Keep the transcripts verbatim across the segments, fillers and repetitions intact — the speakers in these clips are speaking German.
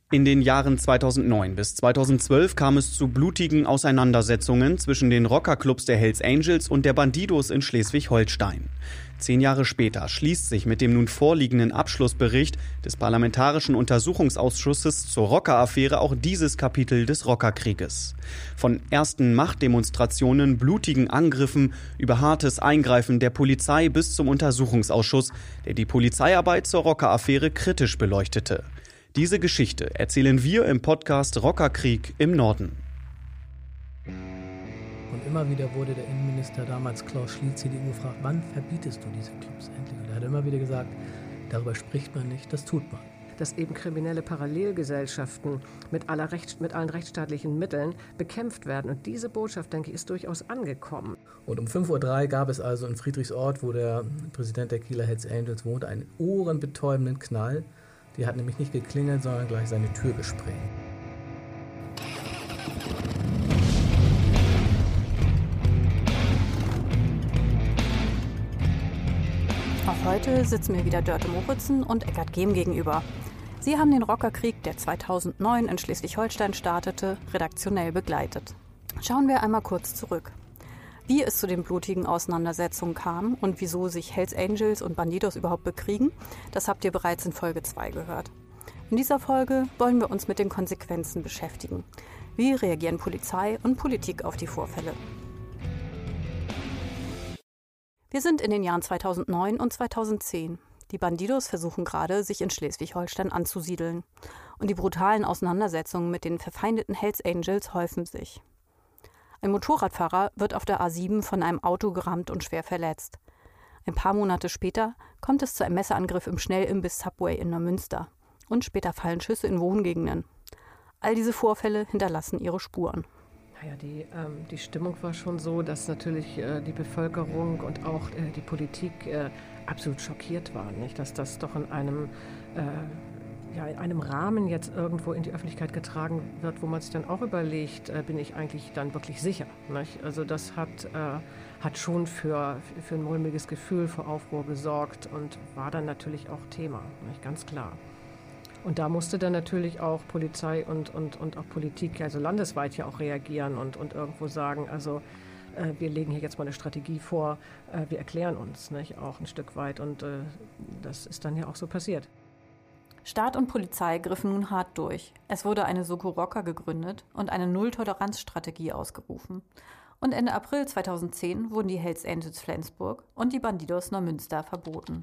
In den Jahren zweitausendneun bis zweitausendzwölf kam es zu blutigen Auseinandersetzungen zwischen den Rockerclubs der Hells Angels und der Bandidos in Schleswig-Holstein. Zehn Jahre später schließt sich mit dem nun vorliegenden Abschlussbericht des Parlamentarischen Untersuchungsausschusses zur Rocker-Affäre auch dieses Kapitel des Rockerkrieges. Von ersten Machtdemonstrationen, blutigen Angriffen über hartes Eingreifen der Polizei bis zum Untersuchungsausschuss, der die Polizeiarbeit zur Rocker-Affäre kritisch beleuchtete. Diese Geschichte erzählen wir im Podcast Rockerkrieg im Norden. Und immer wieder wurde der Innenminister damals Klaus Schlie, C D U, gefragt, wann verbietest du diese Clubs endlich? Und er hat immer wieder gesagt, darüber spricht man nicht, das tut man. Dass eben kriminelle Parallelgesellschaften mit, aller Recht, mit allen rechtsstaatlichen Mitteln bekämpft werden. Und diese Botschaft, denke ich, ist durchaus angekommen. Und um fünf Uhr drei gab es also in Friedrichsort, wo der Präsident der Kieler Hells Angels wohnt, einen ohrenbetäubenden Knall. Die hat nämlich nicht geklingelt, sondern gleich seine Tür gesprengt. Auch heute sitzen mir wieder Dörte Moritzen und Eckart Gehm gegenüber. Sie haben den Rockerkrieg, der zweitausendneun in Schleswig-Holstein startete, redaktionell begleitet. Schauen wir einmal kurz zurück. Wie es zu den blutigen Auseinandersetzungen kam und wieso sich Hells Angels und Bandidos überhaupt bekriegen, das habt ihr bereits in Folge zwei gehört. In dieser Folge wollen wir uns mit den Konsequenzen beschäftigen. Wie reagieren Polizei und Politik auf die Vorfälle? Wir sind in den Jahren zweitausendneun und zweitausendzehn. Die Bandidos versuchen gerade, sich in Schleswig-Holstein anzusiedeln. Und die brutalen Auseinandersetzungen mit den verfeindeten Hells Angels häufen sich. Ein Motorradfahrer wird auf der A sieben von einem Auto gerammt und schwer verletzt. Ein paar Monate später kommt es zu einem Messerangriff im Schnellimbiss Subway in Neumünster. Und später fallen Schüsse in Wohngegenden. All diese Vorfälle hinterlassen ihre Spuren. Naja, die, ähm, die Stimmung war schon so, dass natürlich äh, die Bevölkerung und auch äh, die Politik äh, absolut schockiert waren, nicht? Dass das doch in einem... Äh, ja, in einem Rahmen jetzt irgendwo in die Öffentlichkeit getragen wird, wo man sich dann auch überlegt, äh, bin ich eigentlich dann wirklich sicher? Nicht? Also das hat, äh, hat schon für, für ein mulmiges Gefühl, für Aufruhr gesorgt und war dann natürlich auch Thema, nicht? Ganz klar. Und da musste dann natürlich auch Polizei und, und, und auch Politik, also landesweit ja auch reagieren und, und irgendwo sagen, also äh, wir legen hier jetzt mal eine Strategie vor, äh, wir erklären uns, nicht? Auch ein Stück weit und äh, das ist dann ja auch so passiert. Staat und Polizei griffen nun hart durch. Es wurde eine Soko Rocker gegründet und eine Null-Toleranz-Strategie ausgerufen. Und Ende April zweitausendzehn wurden die Hells Angels Flensburg und die Bandidos Neumünster verboten.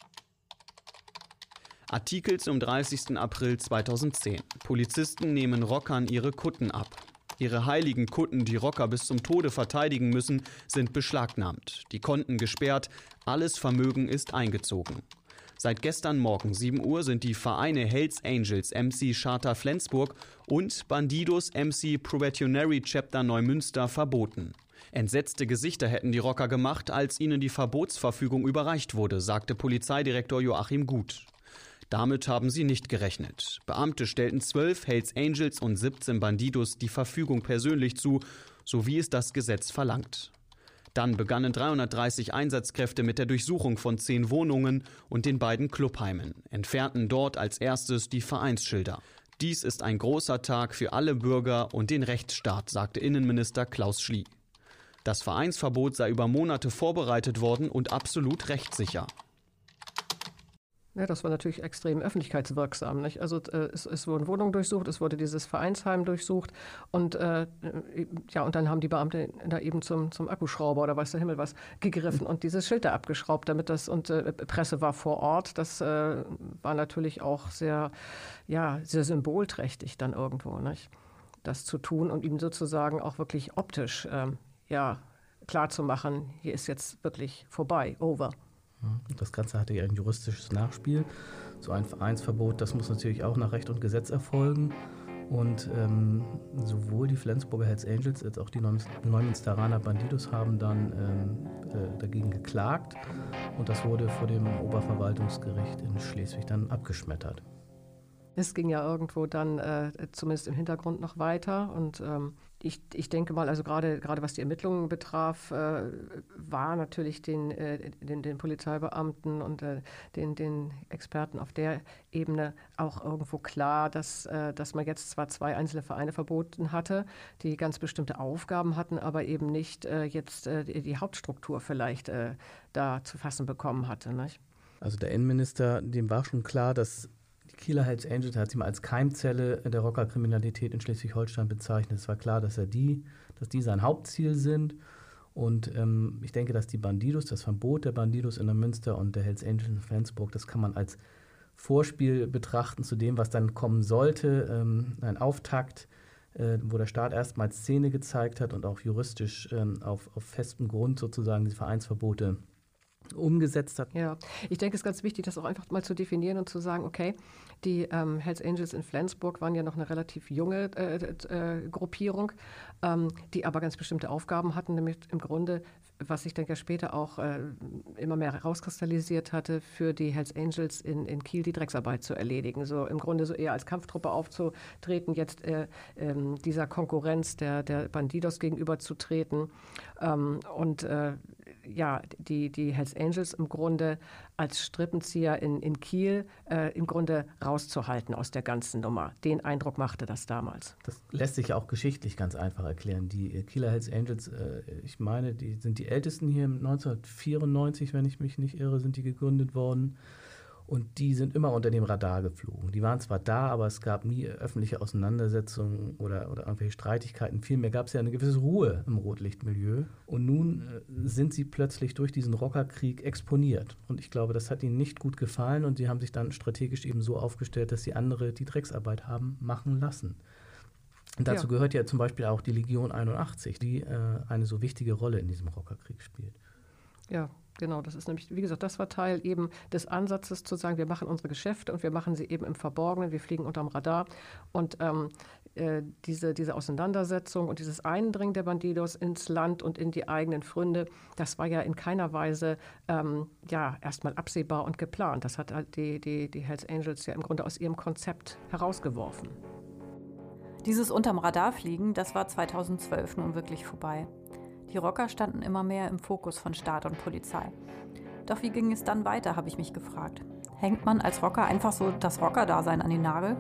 Artikel zum dreißigsten April zweitausendzehn. Polizisten nehmen Rockern ihre Kutten ab. Ihre heiligen Kutten, die Rocker bis zum Tode verteidigen müssen, sind beschlagnahmt. Die Konten gesperrt, alles Vermögen ist eingezogen. Seit gestern Morgen sieben Uhr sind die Vereine Hells Angels M C Charter Flensburg und Bandidos M C Probationary Chapter Neumünster verboten. Entsetzte Gesichter hätten die Rocker gemacht, als ihnen die Verbotsverfügung überreicht wurde, sagte Polizeidirektor Joachim Gut. Damit haben sie nicht gerechnet. Beamte stellten zwölf Hells Angels und siebzehn Bandidos die Verfügung persönlich zu, so wie es das Gesetz verlangt. Dann begannen dreihundertdreißig Einsatzkräfte mit der Durchsuchung von zehn Wohnungen und den beiden Clubheimen, entfernten dort als erstes die Vereinsschilder. Dies ist ein großer Tag für alle Bürger und den Rechtsstaat, sagte Innenminister Klaus Schlie. Das Vereinsverbot sei über Monate vorbereitet worden und absolut rechtssicher. Ja, das war natürlich extrem öffentlichkeitswirksam. Nicht? Also äh, es, es wurden Wohnungen durchsucht, es wurde dieses Vereinsheim durchsucht und, äh, ja, und dann haben die Beamten da eben zum, zum Akkuschrauber oder weiß der Himmel was gegriffen und dieses Schild da abgeschraubt, damit das, und äh, Presse war vor Ort. Das äh, war natürlich auch sehr, ja, sehr symbolträchtig dann irgendwo, nicht? Das zu tun und ihm sozusagen auch wirklich optisch äh, ja, klarzumachen, hier ist jetzt wirklich vorbei, over. Das Ganze hatte ja ein juristisches Nachspiel. So ein Vereinsverbot, das muss natürlich auch nach Recht und Gesetz erfolgen. Und ähm, sowohl die Flensburger Hells Angels als auch die Neumünsteraner Bandidos haben dann ähm, äh, dagegen geklagt. Und das wurde vor dem Oberverwaltungsgericht in Schleswig dann abgeschmettert. es ging ja irgendwo dann äh, zumindest im Hintergrund noch weiter. Und ähm, ich, ich denke mal, also gerade gerade was die Ermittlungen betraf, äh, war natürlich den, äh, den, den Polizeibeamten und äh, den, den Experten auf der Ebene auch irgendwo klar, dass, äh, dass man jetzt zwar zwei einzelne Vereine verboten hatte, die ganz bestimmte Aufgaben hatten, aber eben nicht äh, jetzt äh, die, die Hauptstruktur vielleicht äh, da zu fassen bekommen hatte. Nicht? Also der Innenminister, dem war schon klar, dass die Kieler Hells Angels, er hat sie mal als Keimzelle der Rockerkriminalität in Schleswig-Holstein bezeichnet. Es war klar, dass er die, dass die sein Hauptziel sind. Und ähm, ich denke, dass die Bandidos, das Verbot der Bandidos in der Münster und der Hells Angels in Flensburg, das kann man als Vorspiel betrachten zu dem, was dann kommen sollte. Ähm, ein Auftakt, äh, wo der Staat erstmals Szene gezeigt hat und auch juristisch ähm, auf, auf festem Grund sozusagen diese Vereinsverbote umgesetzt hat. Ja, ich denke, es ist ganz wichtig, das auch einfach mal zu definieren und zu sagen, okay, die ähm, Hells Angels in Flensburg waren ja noch eine relativ junge äh, äh, Gruppierung, ähm, die aber ganz bestimmte Aufgaben hatten, nämlich im Grunde, was sich dann ja später auch äh, immer mehr herauskristallisiert hatte, für die Hells Angels in, in Kiel die Drecksarbeit zu erledigen. So im Grunde so eher als Kampftruppe aufzutreten, jetzt äh, äh, dieser Konkurrenz der, der Bandidos gegenüberzutreten ähm, und äh, ja, die, die Hells Angels im Grunde als Strippenzieher in, in Kiel äh, im Grunde rauszuhalten aus der ganzen Nummer. Den Eindruck machte das damals. Das lässt sich auch geschichtlich ganz einfach erklären. Die Kieler Hells Angels, äh, ich meine, die sind die ältesten hier neunzehnhundertvierundneunzig, wenn ich mich nicht irre, sind die gegründet worden. Und die sind immer unter dem Radar geflogen. Die waren zwar da, aber es gab nie öffentliche Auseinandersetzungen oder, oder irgendwelche Streitigkeiten. Vielmehr gab es ja eine gewisse Ruhe im Rotlichtmilieu. Und nun äh, sind sie plötzlich durch diesen Rockerkrieg exponiert. Und ich glaube, das hat ihnen nicht gut gefallen. Und sie haben sich dann strategisch eben so aufgestellt, dass sie andere die Drecksarbeit haben machen lassen. Und dazu ja. gehört ja zum Beispiel auch die Legion einundachtzig, die äh, eine so wichtige Rolle in diesem Rockerkrieg spielt. Ja, genau, das ist nämlich, wie gesagt, das war Teil eben des Ansatzes zu sagen, wir machen unsere Geschäfte und wir machen sie eben im Verborgenen, wir fliegen unterm Radar. Und ähm, äh, diese, diese Auseinandersetzung und dieses Eindringen der Bandidos ins Land und in die eigenen Pfründe, das war ja in keiner Weise ähm, ja, erstmal absehbar und geplant. Das hat halt die, die, die Hells Angels ja im Grunde aus ihrem Konzept herausgeworfen. Dieses unterm Radar fliegen, das war zweitausendzwölf nun wirklich vorbei. Die Rocker standen immer mehr im Fokus von Staat und Polizei. Doch wie ging es dann weiter, habe ich mich gefragt. Hängt man als Rocker einfach so das Rocker-Dasein an den Nagel?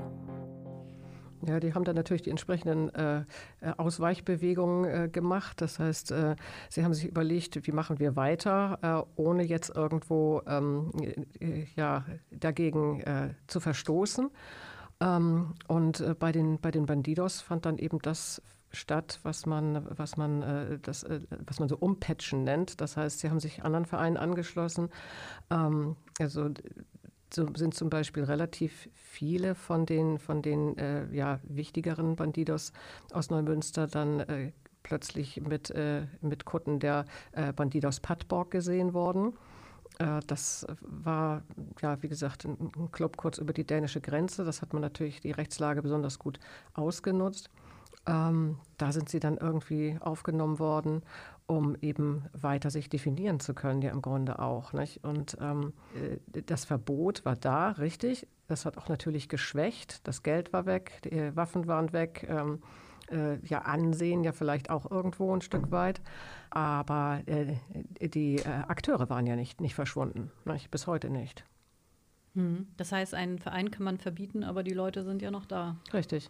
Ja, die haben dann natürlich die entsprechenden äh, Ausweichbewegungen äh, gemacht. Das heißt, äh, sie haben sich überlegt, wie machen wir weiter, äh, ohne jetzt irgendwo ähm, äh, ja, dagegen äh, zu verstoßen. Ähm, und äh, bei den, bei den Bandidos fand dann eben das statt, was man, was man, äh, das, äh, was man so Umpatchen nennt. Das heißt, sie haben sich anderen Vereinen angeschlossen. Ähm, also so sind zum Beispiel relativ viele von den, von den äh, ja, wichtigeren Bandidos aus Neumünster dann äh, plötzlich mit, äh, mit Kutten der äh, Bandidos Padborg gesehen worden. Äh, das war, ja, wie gesagt, ein, ein Club kurz über die dänische Grenze. Das hat man natürlich die Rechtslage besonders gut ausgenutzt. Ähm, da sind sie dann irgendwie aufgenommen worden, um eben weiter sich definieren zu können, ja im Grunde auch. Nicht? Und ähm, das Verbot war da, richtig. Das hat auch natürlich geschwächt. Das Geld war weg, die Waffen waren weg, ähm, äh, ja Ansehen ja vielleicht auch irgendwo ein Stück weit. Aber äh, die äh, Akteure waren ja nicht, nicht verschwunden, nicht? Bis heute nicht. Hm. Das heißt, einen Verein kann man verbieten, aber die Leute sind ja noch da. Richtig.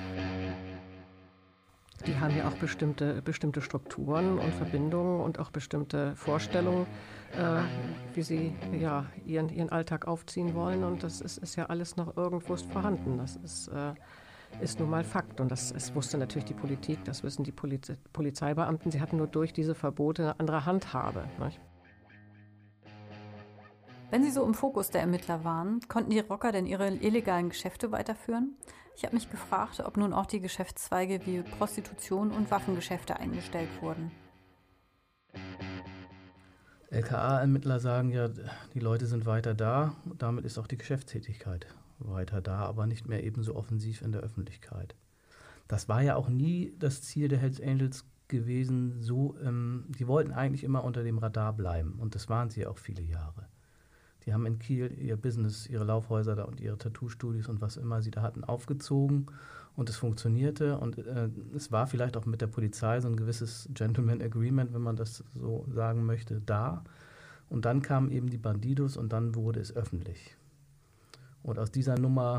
Die haben ja auch bestimmte, bestimmte Strukturen und Verbindungen und auch bestimmte Vorstellungen, äh, wie sie ja, ihren, ihren Alltag aufziehen wollen. Und das ist, ist ja alles noch irgendwo vorhanden. Das ist, äh, ist nun mal Fakt. Und das, das wusste natürlich die Politik, das wissen die Poliz- Polizeibeamten. Sie hatten nur durch diese Verbote eine andere Handhabe. Nicht? Wenn sie so im Fokus der Ermittler waren, konnten die Rocker denn ihre illegalen Geschäfte weiterführen? Ich habe mich gefragt, ob nun auch die Geschäftszweige wie Prostitution und Waffengeschäfte eingestellt wurden. L K A-Ermittler sagen ja, die Leute sind weiter da. Damit ist auch die Geschäftstätigkeit weiter da, aber nicht mehr ebenso offensiv in der Öffentlichkeit. Das war ja auch nie das Ziel der Hells Angels gewesen. So, ähm, die wollten eigentlich immer unter dem Radar bleiben und das waren sie auch viele Jahre. Die haben in Kiel ihr Business, ihre Laufhäuser da und ihre Tattoo-Studios und was immer sie da hatten, aufgezogen und es funktionierte. Und äh, es war vielleicht auch mit der Polizei so ein gewisses Gentleman Agreement, wenn man das so sagen möchte, da. Und dann kamen eben die Bandidos und dann wurde es öffentlich. Und aus dieser Nummer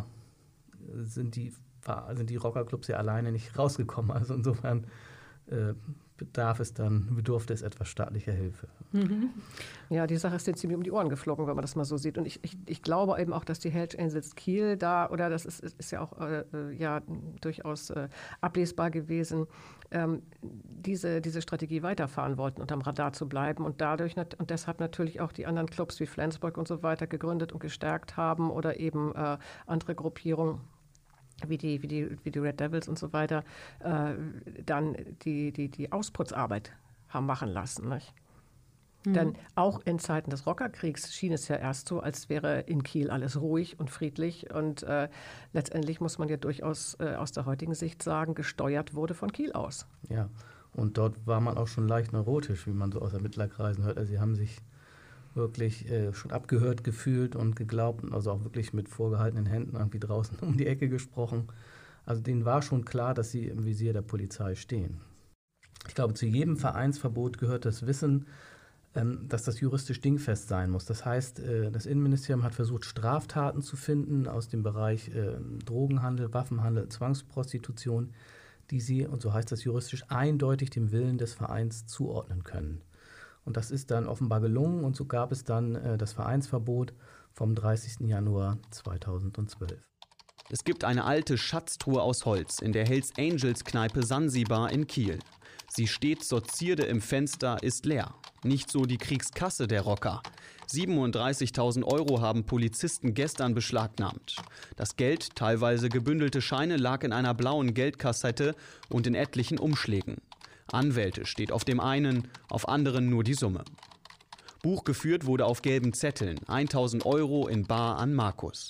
sind die, sind die Rockerclubs ja alleine nicht rausgekommen. Also insofern äh, bedarf es dann, bedurfte es etwas staatlicher Hilfe. Mhm. Ja, die Sache ist denen ziemlich um die Ohren geflogen, wenn man das mal so sieht. Und ich, ich, ich glaube eben auch, dass die Hells Angels Kiel da, oder das ist, ist ja auch äh, ja, durchaus äh, ablesbar gewesen, ähm, diese, diese Strategie weiterfahren wollten, unterm Radar zu bleiben und dadurch und deshalb natürlich auch die anderen Clubs wie Flensburg und so weiter gegründet und gestärkt haben oder eben äh, andere Gruppierungen wie die, wie die, wie die Red Devils und so weiter, äh, dann die, die, die Ausputzarbeit haben machen lassen. Nicht? Mhm. Denn auch in Zeiten des Rockerkriegs schien es ja erst so, als wäre in Kiel alles ruhig und friedlich. Und äh, letztendlich muss man ja durchaus äh, aus der heutigen Sicht sagen, gesteuert wurde von Kiel aus. Ja, und dort war man auch schon leicht neurotisch, wie man so aus Ermittlerkreisen hört. Also sie haben sich wirklich äh, schon abgehört gefühlt und geglaubt und also auch wirklich mit vorgehaltenen Händen irgendwie draußen um die Ecke gesprochen. Also denen war schon klar, dass sie im Visier der Polizei stehen. Ich glaube, zu jedem Vereinsverbot gehört das Wissen, ähm, dass das juristisch dingfest sein muss. Das heißt, äh, das Innenministerium hat versucht, Straftaten zu finden aus dem Bereich äh, Drogenhandel, Waffenhandel, Zwangsprostitution, die sie, und so heißt das juristisch, eindeutig dem Willen des Vereins zuordnen können. Und das ist dann offenbar gelungen und so gab es dann äh, das Vereinsverbot vom dreißigsten Januar zweitausendzwölf. Es gibt eine alte Schatztruhe aus Holz in der Hells Angels Kneipe Sansibar in Kiel. Sie steht zur Zierde im Fenster, ist leer. Nicht so die Kriegskasse der Rocker. siebenunddreißigtausend Euro haben Polizisten gestern beschlagnahmt. Das Geld, teilweise gebündelte Scheine, lag in einer blauen Geldkassette und in etlichen Umschlägen. Anwälte steht auf dem einen, auf anderen nur die Summe. Buch geführt wurde auf gelben Zetteln, tausend Euro in bar an Markus.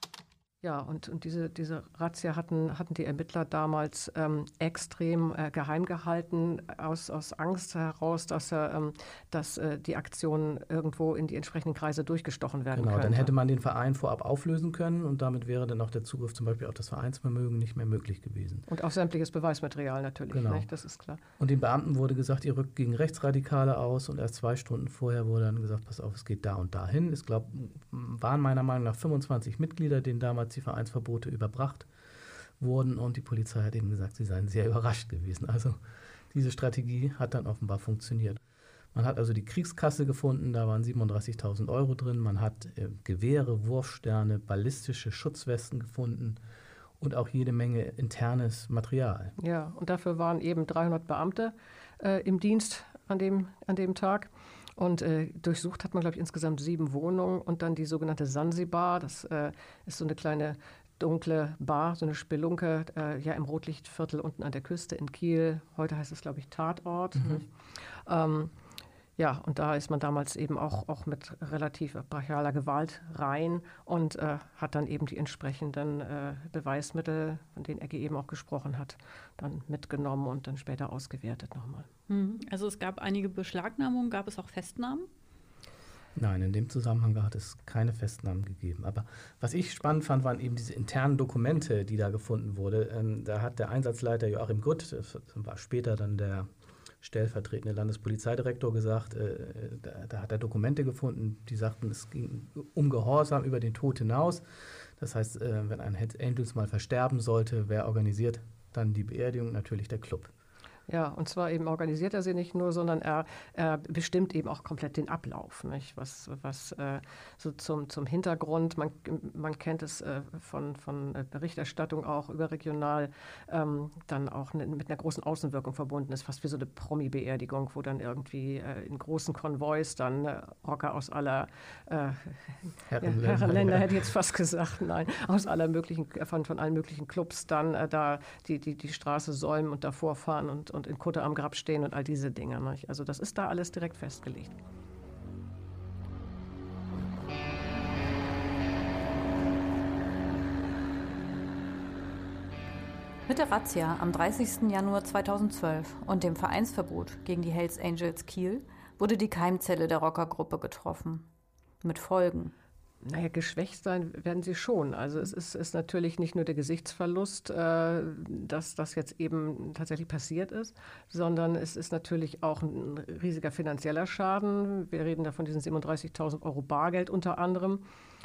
Ja, und, und diese, diese Razzia hatten, hatten die Ermittler damals ähm, extrem äh, geheim gehalten, aus, aus Angst heraus, dass, äh, ähm, dass äh, die Aktion irgendwo in die entsprechenden Kreise durchgestochen werden genau, könnte. Dann hätte man den Verein vorab auflösen können und damit wäre dann auch der Zugriff zum Beispiel auf das Vereinsvermögen nicht mehr möglich gewesen. Und auf sämtliches Beweismaterial natürlich, genau. Nicht? Das ist klar. Und den Beamten wurde gesagt, ihr rückt gegen Rechtsradikale aus und erst zwei Stunden vorher wurde dann gesagt, pass auf, es geht da und dahin. Es glaub, waren meiner Meinung nach fünfundzwanzig Mitglieder, denen damals die Vereinsverbote überbracht wurden und die Polizei hat eben gesagt, sie seien sehr überrascht gewesen. Also diese Strategie hat dann offenbar funktioniert. Man hat also die Kriegskasse gefunden, da waren siebenunddreißigtausend Euro drin, man hat äh, Gewehre, Wurfsterne, ballistische Schutzwesten gefunden und auch jede Menge internes Material. Ja, und dafür waren eben dreihundert Beamte äh, im Dienst an dem, an dem Tag. Und äh, durchsucht hat man, glaube ich, insgesamt sieben Wohnungen und dann die sogenannte Sansibar. Das äh, ist so eine kleine dunkle Bar, so eine Spelunke, äh, ja im Rotlichtviertel unten an der Küste in Kiel. Heute heißt es, glaube ich, Tatort. Mhm. Ähm, ja, und da ist man damals eben auch, auch mit relativ brachialer Gewalt rein und äh, hat dann eben die entsprechenden äh, Beweismittel, von denen Egge eben auch gesprochen hat, dann mitgenommen und dann später ausgewertet nochmal. Also es gab einige Beschlagnahmungen, gab es auch Festnahmen? Nein, in dem Zusammenhang hat es keine Festnahmen gegeben. Aber was ich spannend fand, waren eben diese internen Dokumente, die da gefunden wurden. Ähm, da hat der Einsatzleiter Joachim Gutt, das war später dann der stellvertretende Landespolizeidirektor, gesagt, äh, da, da hat er Dokumente gefunden, die sagten, es ging um Gehorsam über den Tod hinaus. Das heißt, äh, wenn ein Hells Angels mal versterben sollte, wer organisiert dann die Beerdigung? Natürlich der Club. Ja, und zwar eben organisiert er sie nicht nur, sondern er, er bestimmt eben auch komplett den Ablauf, nicht? Was, was äh, so zum, zum Hintergrund, man, man kennt es äh, von, von Berichterstattung auch überregional, ähm, dann auch ne, mit einer großen Außenwirkung verbunden ist, fast wie so eine Promi-Beerdigung, wo dann irgendwie äh, in großen Konvois dann äh, Rocker aus aller äh, Herrenländer, ja, Herrenländer ja. hätte ich jetzt fast gesagt, nein, aus aller möglichen, von, von allen möglichen Clubs dann äh, da die, die, die Straße säumen und davor fahren und und in Kutte am Grab stehen und all diese Dinge. Nicht? Also das ist da alles direkt festgelegt. Mit der Razzia am dreißigsten Januar zweitausendzwölf und dem Vereinsverbot gegen die Hells Angels Kiel wurde die Keimzelle der Rockergruppe getroffen. mit Folgen. Naja, geschwächt sein werden sie schon. Also es ist, ist natürlich nicht nur der Gesichtsverlust, äh, dass das jetzt eben tatsächlich passiert ist, sondern es ist natürlich auch ein riesiger finanzieller Schaden. Wir reden da von diesen siebenunddreißigtausend Euro Bargeld unter anderem.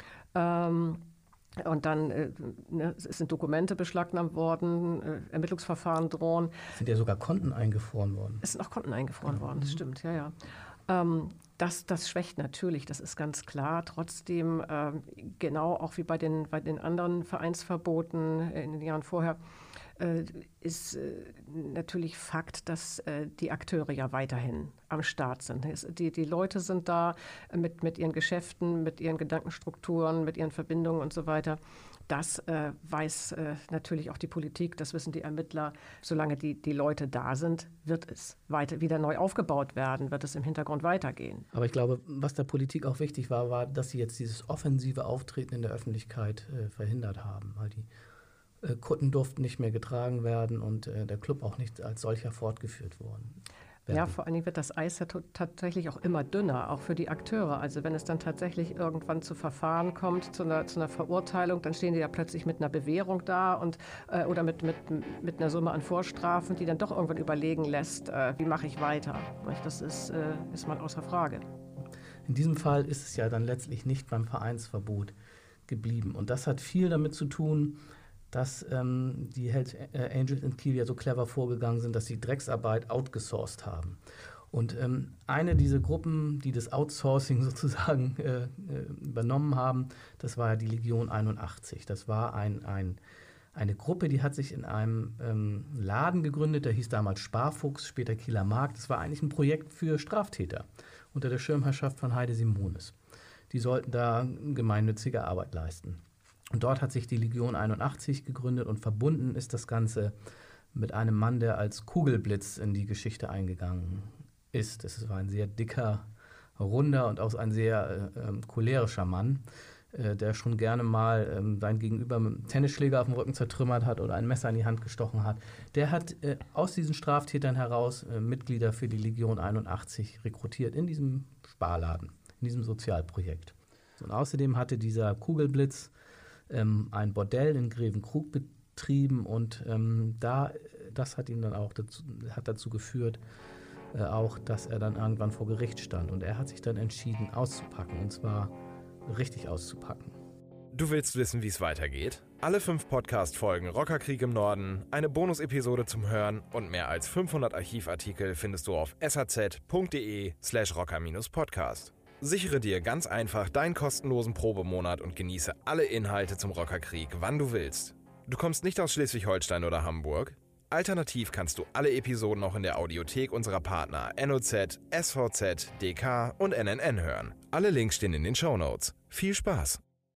Ähm, und dann äh, ne, es sind Dokumente beschlagnahmt worden, äh, Ermittlungsverfahren drohen. Es sind ja sogar Konten eingefroren worden. Es sind auch Konten eingefroren ja. worden, das stimmt, ja, ja. Ähm, das, das schwächt natürlich, das ist ganz klar. Trotzdem, äh, genau auch wie bei den, bei den anderen Vereinsverboten in den Jahren vorher, äh, ist äh, natürlich Fakt, dass äh, die Akteure ja weiterhin am Start sind. Es, die, die Leute sind da mit, mit ihren Geschäften, mit ihren Gedankenstrukturen, mit ihren Verbindungen und so weiter. Das äh, weiß äh, natürlich auch die Politik, das wissen die Ermittler. Solange die, die Leute da sind, wird es weiter wieder neu aufgebaut werden, wird es im Hintergrund weitergehen. Aber ich glaube, was der Politik auch wichtig war, war, dass sie jetzt dieses offensive Auftreten in der Öffentlichkeit äh, verhindert haben. Weil die äh, Kutten durften nicht mehr getragen werden und äh, der Club auch nicht als solcher fortgeführt worden. Ja, vor allen Dingen wird das Eis ja tatsächlich auch immer dünner, auch für die Akteure. Also wenn es dann tatsächlich irgendwann zu Verfahren kommt, zu einer, zu einer Verurteilung, dann stehen die ja plötzlich mit einer Bewährung da und, äh, oder mit, mit, mit einer Summe an Vorstrafen, die dann doch irgendwann überlegen lässt, äh, wie mache ich weiter. Das ist, äh, ist mal außer Frage. In diesem Fall ist es ja dann letztlich nicht beim Vereinsverbot geblieben. Und das hat viel damit zu tun, dass ähm, die Hells Angels in Kiel ja so clever vorgegangen sind, dass sie Drecksarbeit outgesourced haben. Und ähm, eine dieser Gruppen, die das Outsourcing sozusagen äh, übernommen haben, das war ja die Legion einundachtzig. Das war ein, ein, eine Gruppe, die hat sich in einem ähm, Laden gegründet, der hieß damals Sparfuchs, später Kieler Markt. Das war eigentlich ein Projekt für Straftäter unter der Schirmherrschaft von Heide Simonis. Die sollten da gemeinnützige Arbeit leisten. Und dort hat sich die Legion einundachtzig gegründet und verbunden ist das Ganze mit einem Mann, der als Kugelblitz in die Geschichte eingegangen ist. Es war ein sehr dicker, runder und auch ein sehr äh, cholerischer Mann, äh, der schon gerne mal äh, sein Gegenüber mit einem Tennisschläger auf dem Rücken zertrümmert hat oder ein Messer in die Hand gestochen hat. Der hat äh, aus diesen Straftätern heraus äh, Mitglieder für die Legion einundachtzig rekrutiert in diesem Sparladen, in diesem Sozialprojekt. Und außerdem hatte dieser Kugelblitz Ähm, ein Bordell in Grevenkrug betrieben und ähm, da, das hat ihn dann auch dazu, hat dazu geführt, äh, auch, dass er dann irgendwann vor Gericht stand und er hat sich dann entschieden auszupacken und zwar richtig auszupacken. Du willst wissen, wie es weitergeht? Alle fünf Podcast-Folgen Rockerkrieg im Norden, eine Bonus-Episode zum Hören und mehr als fünfhundert Archivartikel findest du auf saz.de slash rocker-podcast. Sichere dir ganz einfach deinen kostenlosen Probemonat und genieße alle Inhalte zum Rockerkrieg, wann du willst. Du kommst nicht aus Schleswig-Holstein oder Hamburg? Alternativ kannst du alle Episoden auch in der Audiothek unserer Partner N O Z, S V Z, D K und N N N hören. Alle Links stehen in den Shownotes. Viel Spaß!